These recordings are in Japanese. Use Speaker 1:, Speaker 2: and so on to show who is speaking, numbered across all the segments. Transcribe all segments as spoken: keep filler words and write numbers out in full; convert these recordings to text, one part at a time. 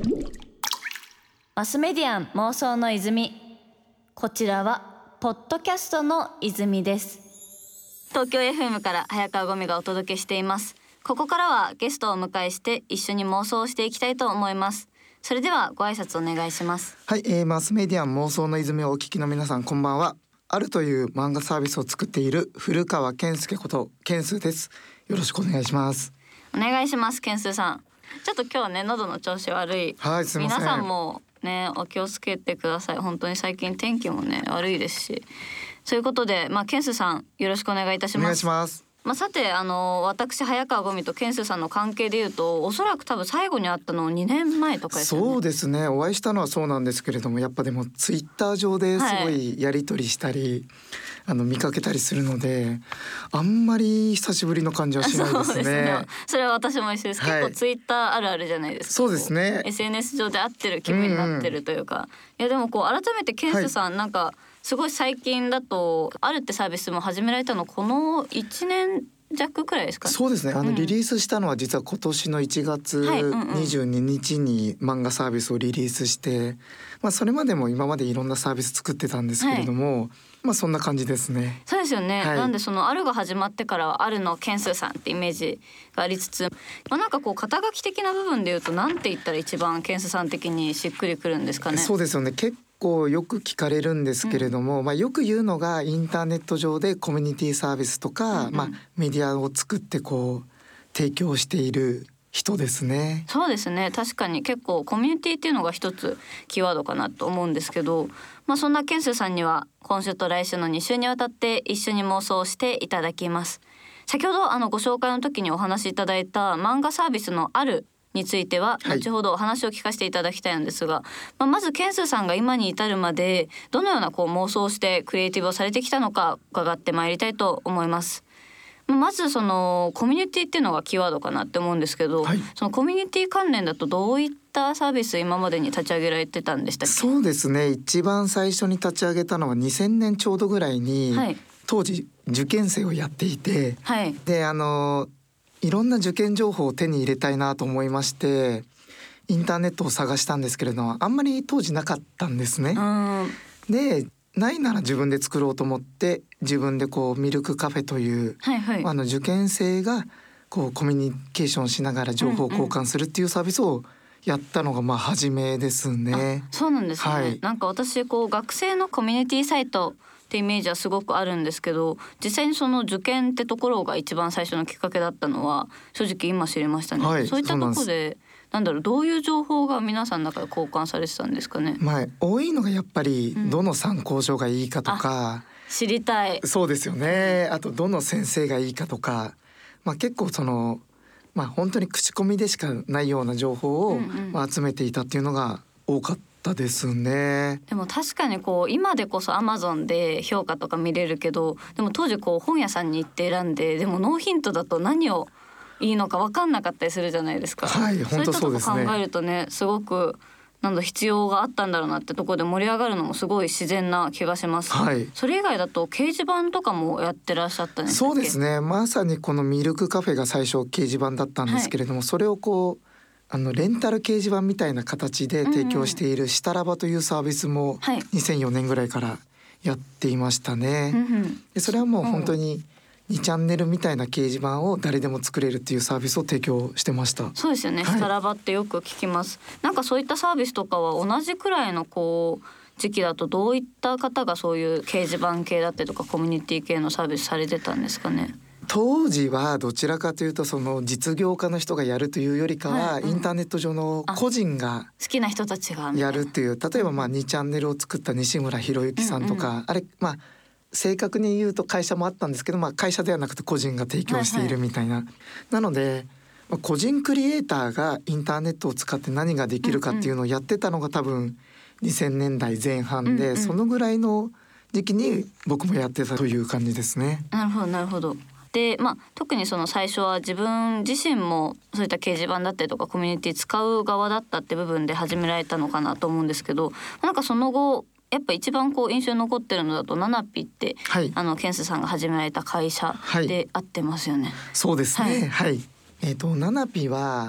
Speaker 1: マスメディアン妄想の泉。こちらはポッドキャストの泉です。東京 エフエム から早川ゴミがお届けしています。ここからはゲストをお迎えして一緒に妄想していきたいと思います。それではご挨拶お願いします。
Speaker 2: はい、えー、マスメディアン妄想の泉をお聞きの皆さん、こんばんは。あるという漫画サービスを作っている古川健介こと健数です。よろしくお願いします。
Speaker 1: お願いします。健数さん、ちょっと今日ね喉の調子悪い、
Speaker 2: はい、すみません。
Speaker 1: 皆さんもねお気をつけてください。本当に最近天気もね悪いですし、そういうことでまあ健数さんよろしくお願いいたします。
Speaker 2: お願いします。
Speaker 1: まあ、さてあの私早川ゴミと健数さんの関係でいうと、おそらく多分最後に会ったのにねんまえとかですよね。
Speaker 2: そうですね、お会いしたのはそうなんですけれども、やっぱでもツイッター上ですごいやり取りしたり、はい、あの見かけたりするので、あんまり久しぶりの感じはしないですね。そうですね、
Speaker 1: それは私も一緒です、はい、結構ツイッターあるあるじゃないですか。
Speaker 2: そうですね、
Speaker 1: エスエヌエス 上で会ってる気分になってるというか、うんうん、いやでもこう改めて健数さん、はい、なんかすごい最近だとあるってサービスも始められたのこのいちねん弱くらいですかね。
Speaker 2: そうですね、あの、うん、リリースしたのは実は今年のいちがつにじゅうににちに漫画サービスをリリースして、まあ、それまでも今までいろんなサービス作ってたんですけれども、はい、まあそんな感じですね。
Speaker 1: そうですよね、はい、なんでそのあるが始まってからはあるの健数さんってイメージがありつつ、まあ、なんかこう肩書き的な部分でいうとなんて言ったら一番健数さん的にしっくりくるんですかね。
Speaker 2: そうですよね、結構よく聞かれるんですけれども、うん、まあ、よく言うのがインターネット上でコミュニティサービスとか、うんうん、まあ、メディアを作ってこう提供している人ですね。
Speaker 1: そうですね、確かに結構コミュニティっていうのが一つキーワードかなと思うんですけど、まあ、そんな健数さんには今週と来週のに週にわたって一緒に妄想していただきます。先ほどあのご紹介の時にお話しいただいた漫画サービスのあるについては後ほどお話を聞かせていただきたいんですが、はい、まあ、まず健数さんが今に至るまでどのようなこう妄想をしてクリエイティブをされてきたのか伺ってまいりたいと思います。まずそのコミュニティっていうのがキーワードかなって思うんですけど、はい、そのコミュニティ関連だとどういったサービス今までに立ち上げられてたんでしたっけ。
Speaker 2: そうですね、一番最初に立ち上げたのはにせんねんちょうどぐらいに、はい、当時受験生をやっていて、はい、であのいろんな受験情報を手に入れたいなと思いましてインターネットを探したんですけれども、あんまり当時なかったんですね。でないなら自分で作ろうと思って自分でこうミルクカフェという、はいはい、あの受験生がこうコミュニケーションしながら情報交換するっていうサービスをやったのがまあ初めですね。
Speaker 1: そうなんですね、はい、なんか私こう学生のコミュニティサイトってイメージはすごくあるんですけど、実際にその受験ってところが一番最初のきっかけだったのは正直今知りましたね、はい、そういったところでなんだろう、どういう情報が皆さんの中で交換されてたんですかね。
Speaker 2: まあ、多いのがやっぱりどの参考書がいいかとか、
Speaker 1: うん、知りたい。
Speaker 2: そうですよね。あとどの先生がいいかとか、まあ、結構その、まあ、本当に口コミでしかないような情報を、うんうん、まあ、集めていたっていうのが多かったですね。
Speaker 1: でも確かにこう今でこそ アマゾン で評価とか見れるけど、でも当時こう本屋さんに行って選んで、でもノーヒントだと何をいいのか分かんなかったりするじゃないですか。
Speaker 2: はい、本当そうですね。
Speaker 1: そういったとこ考えるとね、すごくなんだ必要があったんだろうなってところで盛り上がるのもすごい自然な気がします、はい、それ以外だと掲示板とかもやってらっしゃったんですか。
Speaker 2: そうですね、まさにこのミルクカフェが最初掲示板だったんですけれども、はい、それをこうあのレンタル掲示板みたいな形で提供しているシタラバというサービスもにせんよねんぐらいからやっていましたね、うんうん、でそれはもう本当ににチャンネルみたいな掲示板を誰でも作れるっていうサービスを提供してました。
Speaker 1: そうですよね、はい、スタラバってよく聞きます。なんかそういったサービスとかは同じくらいのこう時期だとどういった方がそういう掲示板系だったりとかコミュニティ系のサービスされてたんですかね。
Speaker 2: 当時はどちらかというとその実業家の人がやるというよりかは、はい、うん、インターネット上の個人が
Speaker 1: 好きな人たちが
Speaker 2: やるっていう、例えばまあにチャンネルを作った西村博之さんとか、うんうん、あれまあ正確に言うと会社もあったんですけど、まあ、会社ではなくて個人が提供しているみたいな、はいはい、なので、まあ、個人クリエイターがインターネットを使って何ができるかっていうのをやってたのが多分にせんねんだいぜん半で、うんうん、そのぐらいの時期に僕もやってたという感じですね。
Speaker 1: なるほどなるほど。で、まあ、特にその最初は自分自身もそういった掲示板だったりとかコミュニティ使う側だったって部分で始められたのかなと思うんですけど、なんかその後やっぱ一番こう印象に残ってるのだとナナピって、はい、あのケンスさんが始められた会社で合ってますよね。
Speaker 2: はい、そうですね、はい、はい、えーと、ナナピは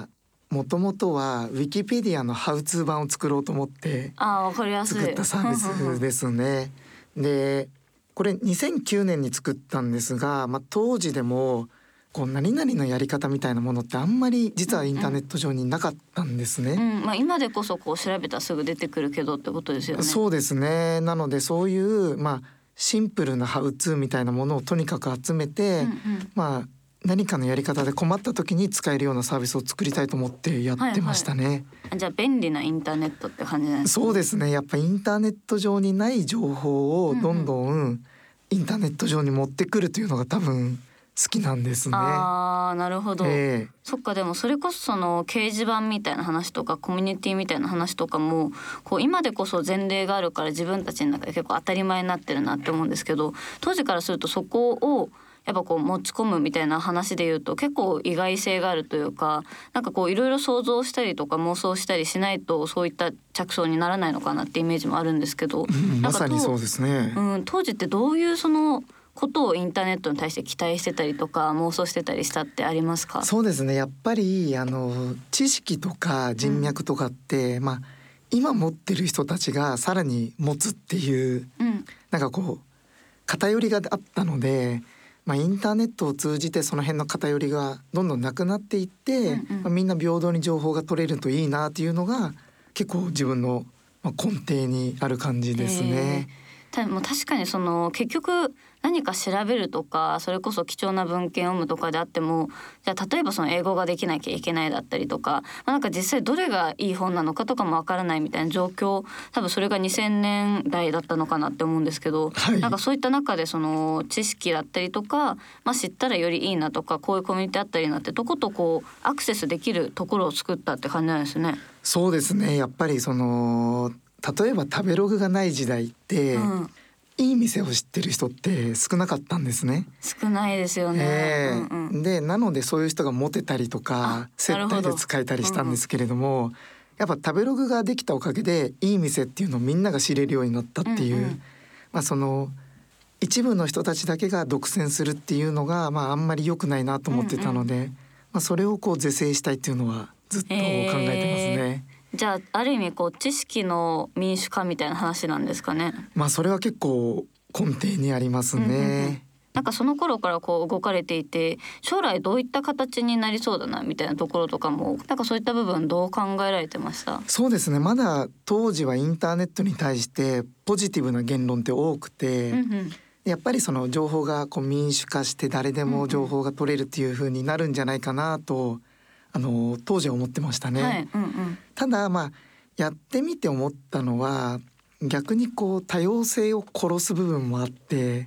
Speaker 2: もともとはウィキペディアのハウツー版を作ろうと思って作ったサービスですね。でこれにせんきゅうねんに作ったんですが、まあ、当時でもこう何々のやり方みたいなものってあんまり実はインターネット上になかったんですね。
Speaker 1: うんうん、まあ、今でこそこう調べたらすぐ出てくるけどってことですよね。
Speaker 2: そうですね。なのでそういう、まあ、シンプルなハウツーみたいなものをとにかく集めて、うんうん、まあ何かのやり方で困った時に使えるようなサービスを作りたいと思ってやってましたね。はい
Speaker 1: はい、じゃあ便利なインターネットって感じなんですか？
Speaker 2: そうですね。やっぱインターネット上にない情報をどんどんインターネット上に持ってくるというのが多分好きなんですね。
Speaker 1: あー、なるほど、
Speaker 2: えー、
Speaker 1: そっか。でもそれこそその掲示板みたいな話とかコミュニティみたいな話とかもこう今でこそ前例があるから自分たちの中で結構当たり前になってるなって思うんですけど、当時からするとそこをやっぱこう持ち込むみたいな話で言うと結構意外性があるというか、なんかこういろいろ想像したりとか妄想したりしないとそういった着想にならないのかなってイメージもあるんですけど、
Speaker 2: うん、まさにそうですね。
Speaker 1: うん、当時ってどういうそのことをインターネットに対して期待してたりとか妄想してたりしたってありますか？
Speaker 2: そうですね。やっぱりあの知識とか人脈とかって、うん、まあ今持ってる人たちがさらに持つっていう、うん、なんかこう偏りがあったので、まあ、インターネットを通じてその辺の偏りがどんどんなくなっていって、うんうん、まあ、みんな平等に情報が取れるといいなっていうのが結構自分の根底にある感じですね。
Speaker 1: えー、もう確かにその結局何か調べるとかそれこそ貴重な文献を読むとかであっても、じゃあ例えばその英語ができなきゃいけないだったりとか、まあ、なんか実際どれがいい本なのかとかもわからないみたいな状況、多分それがにせんねんだいだったのかなって思うんですけど、はい、なんかそういった中でその知識だったりとか、まあ、知ったらよりいいなとかこういうコミュニティあったりなってとことこうアクセスできるところを作ったって感じなんですね。
Speaker 2: そうですね。やっぱりその例えば食べログがない時代って、うん、いい店を知ってる人って少なかったんですね。
Speaker 1: 少ないですよね。
Speaker 2: えー
Speaker 1: うんうん、
Speaker 2: でなのでそういう人がモテたりとか接待で使えたりしたんですけれども、うんうん、やっぱ食べログができたおかげでいい店っていうのをみんなが知れるようになったっていう、うんうん、まあその一部の人たちだけが独占するっていうのが、まあ、あんまり良くないなと思ってたので、うんうん、まあ、それをこう是正したいっていうのはずっと考えてますね。
Speaker 1: じゃあある意味こう知識の民主化みたいな話なんですかね。
Speaker 2: まあそれは結構根底にありますね。うんうんうん、
Speaker 1: なんかその頃からこう動かれていて将来どういった形になりそうだなみたいなところとかもなんかそういった部分どう考えられてました？
Speaker 2: そうですね。まだ当時はインターネットに対してポジティブな言論って多くて、うんうん、やっぱりその情報がこう民主化して誰でも情報が取れるっていう風になるんじゃないかなとあの当時は思ってましたね。はい、うんうん、ただまあやってみて思ったのは逆にこう多様性を殺す部分もあって。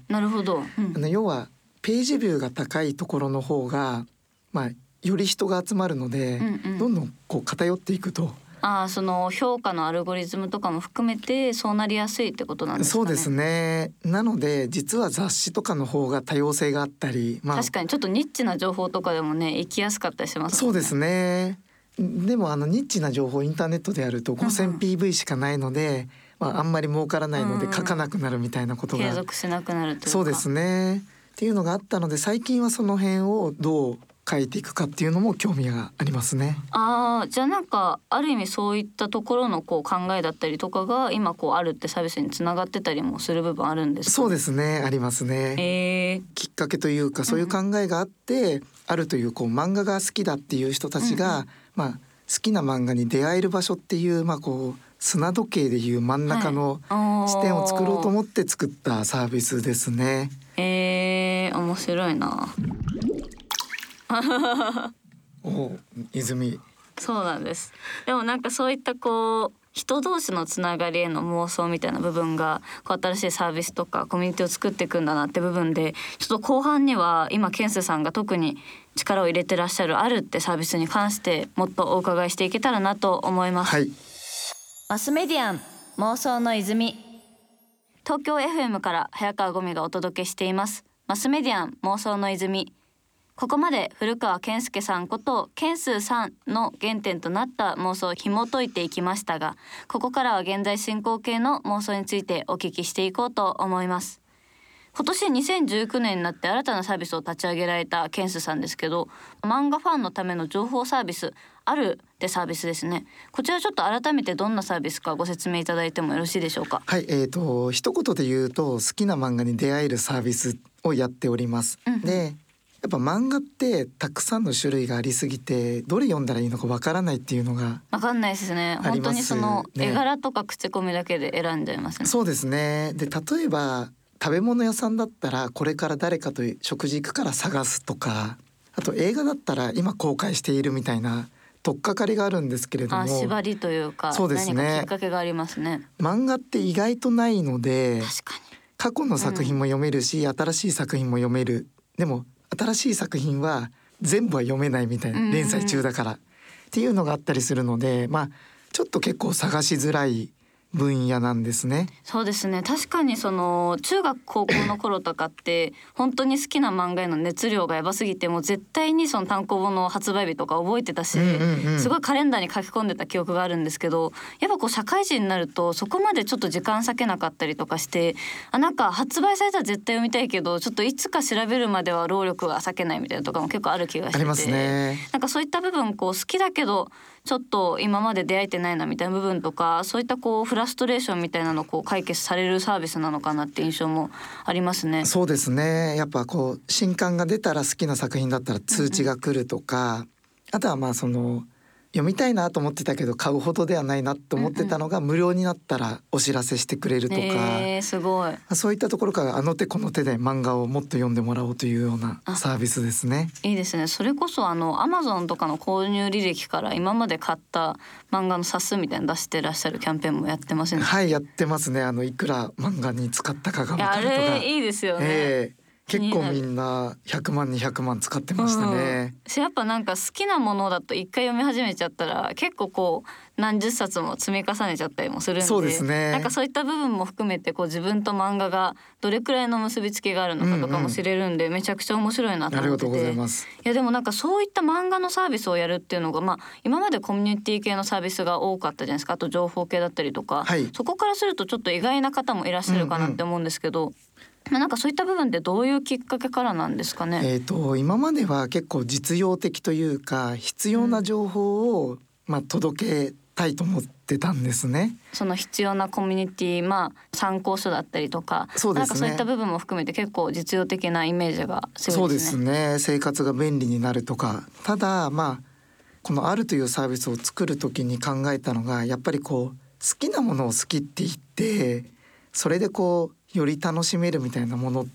Speaker 1: なるほど、
Speaker 2: うん、あの要はページビューが高いところの方が、まあ、より人が集まるので、うんうん、どんどんこう偏っていくと。
Speaker 1: ああ、その評価のアルゴリズムとかも含めてそうなりやすいってことなんですかね。
Speaker 2: そうですね。なので実は雑誌とかの方が多様性があったり、
Speaker 1: まあ、確かにちょっとニッチな情報とかでもね行きやすかったりします
Speaker 2: もんね。そうですね。でもあのニッチな情報インターネットでやると ごせんピーブイ しかないので、うんうん、まあ、あんまり儲からないので書かなくなるみたいなことが、
Speaker 1: 継続しなくなるというか。
Speaker 2: そうですねっていうのがあったので最近はその辺をどう変えていくかっていうのも興味がありますね。
Speaker 1: ああ、じゃあなんかある意味そういったところのこう考えだったりとかが今こうあるってサービスにつながってたりもする部分あるんですか？
Speaker 2: そうですね、ありますね。
Speaker 1: えー、
Speaker 2: きっかけというかそういう考えがあって、うん、あるというこう漫画が好きだっていう人たちが、うんうん、まあ、好きな漫画に出会える場所っていう、まあ、こう砂時計でいう真ん中の視点を作ろうと思って作ったサービスですね。
Speaker 1: えー、面白いな。
Speaker 2: お、泉。
Speaker 1: そうなんです。でもなんかそういったこう人同士のつながりへの妄想みたいな部分がこう新しいサービスとかコミュニティを作っていくんだなって部分で、ちょっと後半には今ケンスさんが特に力を入れてらっしゃるあるってサービスに関してもっとお伺いしていけたらなと思います。
Speaker 2: はい、
Speaker 1: マスメディアン妄想の泉、東京 エフエム から早川ゴミがお届けしていますマスメディアン妄想の泉。ここまで古川健介さんことケンスーさんの原点となった妄想を紐解いていきましたが、ここからは現在進行形の妄想についてお聞きしていこうと思います。今年にせんじゅうきゅうねんになって新たなサービスを立ち上げられたケンスさんですけど、漫画ファンのための情報サービスあるってサービスですね。こちらちょっと改めてどんなサービスかご説明いただいてもよろしいでしょうか。
Speaker 2: はい、えーと一言で言うと好きな漫画に出会えるサービスをやっております、うんうん、でやっぱ漫画ってたくさんの種類がありすぎてどれ読んだらいいのかわからないっていうのが
Speaker 1: わかんないですね。本当にその絵柄とか口コミだけで選んじゃいますね。
Speaker 2: そうですね。で例えば食べ物屋さんだったらこれから誰かと食事行くから探すとか、あと映画だったら今公開しているみたいな取っかかりがあるんですけれども、
Speaker 1: あ縛りというか、そうですね、何かきっかけがありますね。
Speaker 2: 漫画って意外とないので、
Speaker 1: 確かに
Speaker 2: 過去の作品も読めるし、うん、新しい作品も読める。でも新しい作品は全部は読めないみたいな、連載中だからっていうのがあったりするので、まあちょっと結構探しづらい分野なんですね。
Speaker 1: そうですね。確かにその中学高校の頃とかって本当に好きな漫画への熱量がやばすぎて、もう絶対にその単行本の発売日とか覚えてたし、うんうんうん、すごいカレンダーに書き込んでた記憶があるんですけど、やっぱこう社会人になるとそこまでちょっと時間割けなかったりとかして、あなんか発売されたら絶対読みたいけどちょっといつか調べるまでは労力が割けないみたいなとかも結構ある気がしてて、
Speaker 2: ありますね。
Speaker 1: なんかそういった部分こう好きだけどちょっと今まで出会えてないなみたいな部分とか、そういったこうフラストレーションみたいなのをこう解決されるサービスなのかなって印象もありますね。
Speaker 2: そうですね。やっぱこう新刊が出たら好きな作品だったら通知が来るとか、うんうん、あとはまあその読みたいなと思ってたけど買うほどではないなと思ってたのが、うんうん、無料になったらお知らせしてくれるとか、
Speaker 1: えー、すごい。
Speaker 2: そういったところからあの手この手で漫画をもっと読んでもらおうというようなサービスですね。
Speaker 1: いいですね。それこそあの Amazon とかの購入履歴から今まで買った漫画の冊数みたいなの出してらっしゃるキャンペーンもやってますね。
Speaker 2: はい、やってますね。あのいくら漫画に使ったかが分かるとか。
Speaker 1: あれいいですよね、
Speaker 2: えー結構みんなひゃくまんにひゃくまん使ってましたね、
Speaker 1: うん、やっぱなんか好きなものだと一回読み始めちゃったら結構こう何十冊も積み重ねちゃったりもするんで、
Speaker 2: そうですね、
Speaker 1: なんかそういった部分も含めてこう自分と漫画がどれくらいの結びつきがあるのかとかも知れるんで、うんうん、めちゃくちゃ面白いなと思ってて、
Speaker 2: ありがとうございます。
Speaker 1: いやでもなんかそういった漫画のサービスをやるっていうのが、まあ、今までコミュニティ系のサービスが多かったじゃないですか。あと情報系だったりとか、はい、そこからするとちょっと意外な方もいらっしゃるかなって思うんですけど、うんうん、まあ、なんかそういった部分ってどういうきっかけからなんですかね。
Speaker 2: えーと、今までは結構実用的というか必要な情報を、まあ、届けたいと思ってたんですね。
Speaker 1: その必要なコミュニティ、まあ、参考書だったりとか、そうですね、なんかそういった部分も含めて結構実用的なイメージが強いですね。
Speaker 2: そうですね。生活が便利になるとか。ただまあこのあるというサービスを作る時に考えたのが、やっぱりこう好きなものを好きって言ってそれでこうより楽しめるみたいなものって、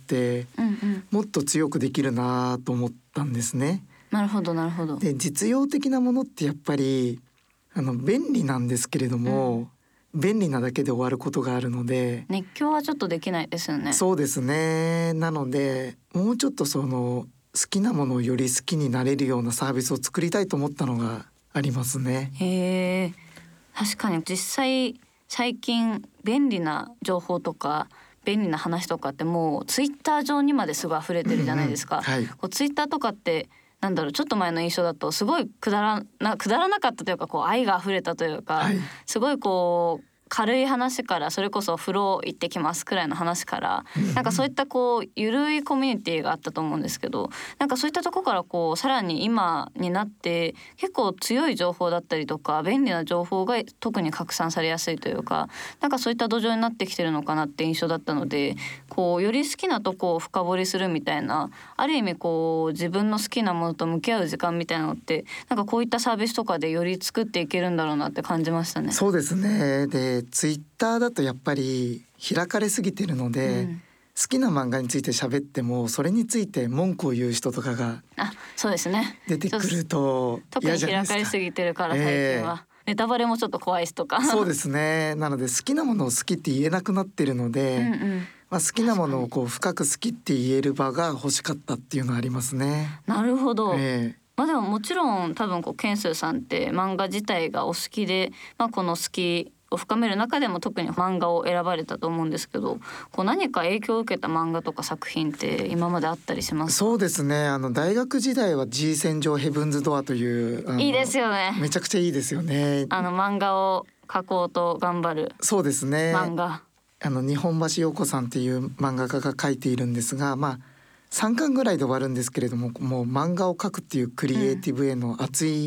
Speaker 2: うんうん、もっと強くできるなと思ったんですね。
Speaker 1: なるほどなるほど。
Speaker 2: で実用的なものってやっぱりあの便利なんですけれども、うん、便利なだけで終わることがあるので
Speaker 1: 熱狂はちょっとできないですよね。
Speaker 2: そうですね。なのでもうちょっとその好きなものをより好きになれるようなサービスを作りたいと思ったのがありますね。
Speaker 1: へー、確かに実際最近便利な情報とか便利な話とかってもうツイッター上にまですごい溢れてるじゃないですか、うんうん、はい、こうツイッターとかってなんだろう、ちょっと前の印象だとすごいくだらなくだらなかったというか、こう愛が溢れたというか、はい、すごいこう軽い話からそれこそ風呂行ってきますくらいの話から、うんうん、なんかそういったこう緩いコミュニティがあったと思うんですけど、なんかそういったところからこうさらに今になって結構強い情報だったりとか便利な情報が特に拡散されやすいというか、なんかそういった土壌になってきてるのかなって印象だったので、こうより好きなとこを深掘りするみたいな、ある意味こう自分の好きなものと向き合う時間みたいなのってなんかこういったサービスとかでより作っていけるんだろうなって感じましたね。
Speaker 2: そうですね。でツイッターだとやっぱり開かれすぎてるので、うん、好きな漫画について喋ってもそれについて文句を言う人とかが
Speaker 1: あそうですね
Speaker 2: 出てくると嫌じゃないですか。
Speaker 1: 特に開かれすぎてるから最近は、えー、ネタバレもちょっと怖いしとか
Speaker 2: そうですね。なので好きなものを好きって言えなくなってるので、うんうん、まあ、好きなものをこう深く好きって言える場が欲しかったっていうのはありますね。
Speaker 1: なるほど、
Speaker 2: えー
Speaker 1: まあ、でももちろん多分こうケンスーさんって漫画自体がお好きで、まあ、この好きを深める中でも特に漫画を選ばれたと思うんですけど、こう何か影響を受けた漫画とか作品って今まであったりしますか？
Speaker 2: そうですね。あの大学時代は G 戦場ヘブンズドアという
Speaker 1: いいですよね。
Speaker 2: めちゃくちゃいいですよね。
Speaker 1: あの漫画を描こうと頑張る
Speaker 2: そうですね
Speaker 1: 漫画、
Speaker 2: あの日本橋陽子さんっていう漫画家が描いているんですが、まあさんかんぐらいで終わるんですけれども、もう漫画を描くっていうクリエイティブへの熱い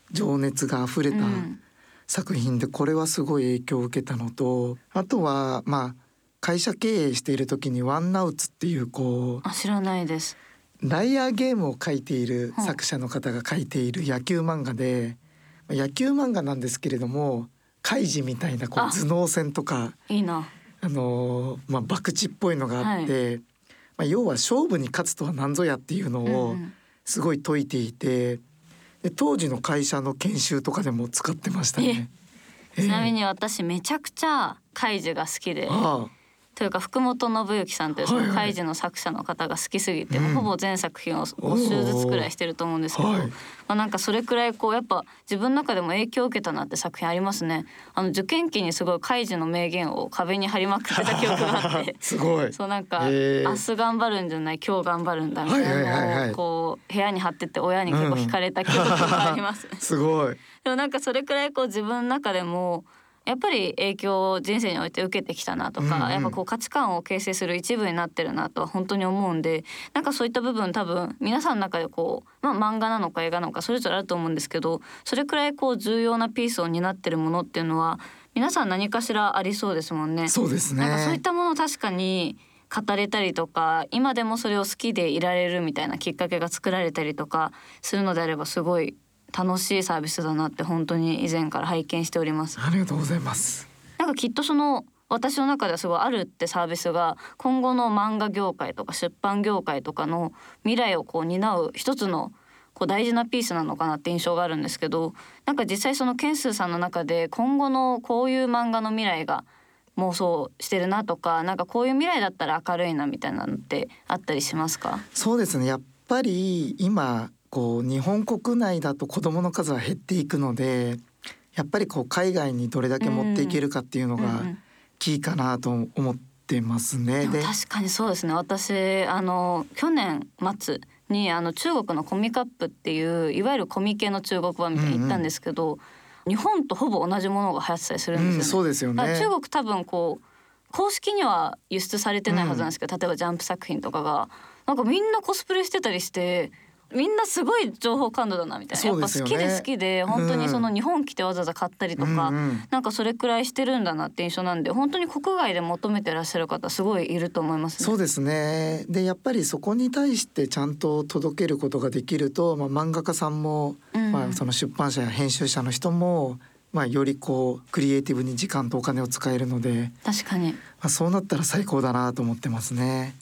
Speaker 2: 情熱があふれた作品で、これはすごい影響を受けたのと、あとはまあ会社経営している時にワンナウツっていうこう
Speaker 1: あ知らないです。
Speaker 2: ライアーゲームを描いている作者の方が描いている野球漫画で、野球漫画なんですけれどもカイジみたいなこう頭脳戦とか
Speaker 1: いいな、
Speaker 2: あのーまあ、博打っぽいのがあって、はい、まあ、要は勝負に勝つとは何ぞやっていうのをすごい説いていて、で当時の会社の研修とかでも使ってましたね。
Speaker 1: ちなみに私めちゃくちゃカイジが好きで、ああというか福本信之さんというそのカイジの作者の方が好きすぎて、はいはい、ほぼ全作品をご週ずつくらいしてると思うんですけど、はい、まあ、なんかそれくらいこうやっぱ自分の中でも影響を受けたなって作品ありますね。あの受験期にすごいカイジの名言を壁に貼りまくってた記憶があって
Speaker 2: すごい、
Speaker 1: そうなんか明日頑張るんじゃない今日頑張るんだみたいなのをこう部屋に貼ってって親に結構惹かれた記憶があります、
Speaker 2: うん、すごい。
Speaker 1: でもなんかそれくらいこう自分の中でもやっぱり影響を人生において受けてきたなとか、うんうん、やっぱこう価値観を形成する一部になってるなとは本当に思うんで、なんかそういった部分多分皆さんの中でこう、まあ、漫画なのか映画なのかそれぞれあると思うんですけど、それくらいこう重要なピースを担ってるものっていうのは皆さん何かしらありそうですもんね。
Speaker 2: そうですね。
Speaker 1: なんかそういったものを確かに語れたりとか、今でもそれを好きでいられるみたいなきっかけが作られたりとかするのであればすごい楽しいサービスだなって本当に以前から拝見しております。
Speaker 2: ありがとうございます。
Speaker 1: なんかきっとその私の中ではすごいあるってサービスが今後の漫画業界とか出版業界とかの未来をこう担う一つのこう大事なピースなのかなって印象があるんですけど、なんか実際そのケンスーさんの中で今後のこういう漫画の未来が妄想してるなとか、なんかこういう未来だったら明るいなみたいなのってあったりしますか？
Speaker 2: そうですね、やっぱり今こう日本国内だと子どもの数は減っていくので、やっぱりこう海外にどれだけ持っていけるかっていうのがキーかなと思ってますね。
Speaker 1: でも確かにそうですね。私あの去年末にあの中国のコミカップっていういわゆるコミケの中国版みたいに行ったんですけど、うんうん、日本とほぼ同じものが流行ってたりするんですよね、うん、
Speaker 2: そうですよね。
Speaker 1: 中国多分こう公式には輸出されてないはずなんですけど、うん、例えばジャンプ作品とかがなんかみんなコスプレしてたりして、みんなすごい情報感度だなみたいな、やっぱ好きで好きで本当にその日本来てわざわざ買ったりとか、うんうん、なんかそれくらいしてるんだなって印象なんで、本当に国外で求めてらっしゃる方すごいいると思いますね。
Speaker 2: そうですね。でやっぱりそこに対してちゃんと届けることができると、まあ、漫画家さんも、うん、まあ、その出版社や編集者の人も、まあ、よりこうクリエイティブに時間とお金を使えるので、
Speaker 1: 確かに、
Speaker 2: まあ、そうなったら最高だなと思ってますね。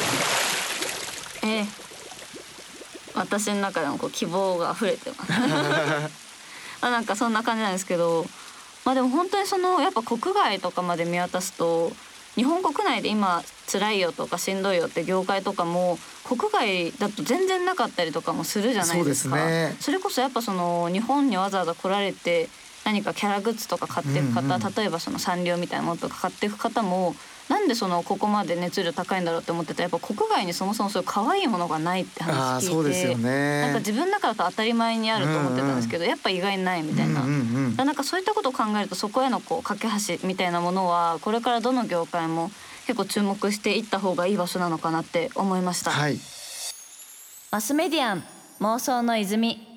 Speaker 1: ええ、私の中でもこう希望が溢れてますあ、なんかそんな感じなんですけど、まあでも本当にそのやっぱ国外とかまで見渡すと、日本国内で今辛いよとかしんどいよって業界とかも国外だと全然なかったりとかもするじゃないですか。
Speaker 2: そうですね。
Speaker 1: それこそやっぱその日本にわざわざ来られて何かキャラグッズとか買っていく方、うんうん、例えばそのサンリオみたいなものとか買っていく方も、なんでそのここまで熱量高いんだろうって思ってたら、やっぱ国外にそもそもそういう可愛いものがないって話聞いて、
Speaker 2: あ、そうですよね、
Speaker 1: なんか自分の中だと当たり前にあると思ってたんですけど、うんうん、やっぱ意外にないみたいな、うんうんうん、なんかそういったことを考えると、そこへのこう架け橋みたいなものはこれからどの業界も結構注目していった方がいい場所なのかなって思いました、
Speaker 2: はい、
Speaker 1: マスメディアン妄想の泉。